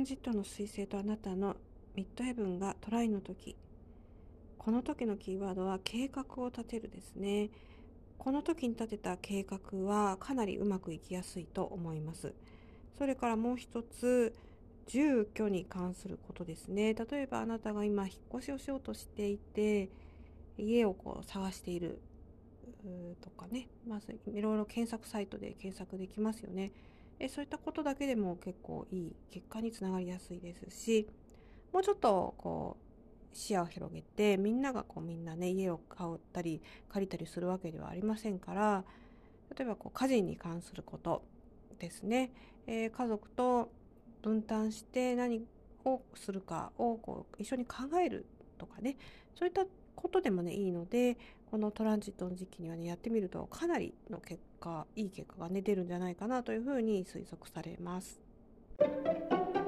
ンジットの彗星とあなたのミッドヘブンがトライの時、この時のキーワードは計画を立てるですね。この時に立てた計画はかなりうまくいきやすいと思います。それからもう一つ、住居に関することですね。例えばあなたが今引っ越しをしようとしていて、家を探しているとかね、まずいろいろ検索サイトで検索できますよね。そういったことだけでも結構いい結果につながりやすいですし、もうちょっと視野を広げて、みんながみんなね家を買ったり借りたりするわけではありませんから、例えば家事に関することですね。家族と分担して何をするかを一緒に考えるとかね、そういったことでもねいいので、このトランジットの時期にはねやってみるとかなりのいい結果がね出るんじゃないかなというふうに推測されます。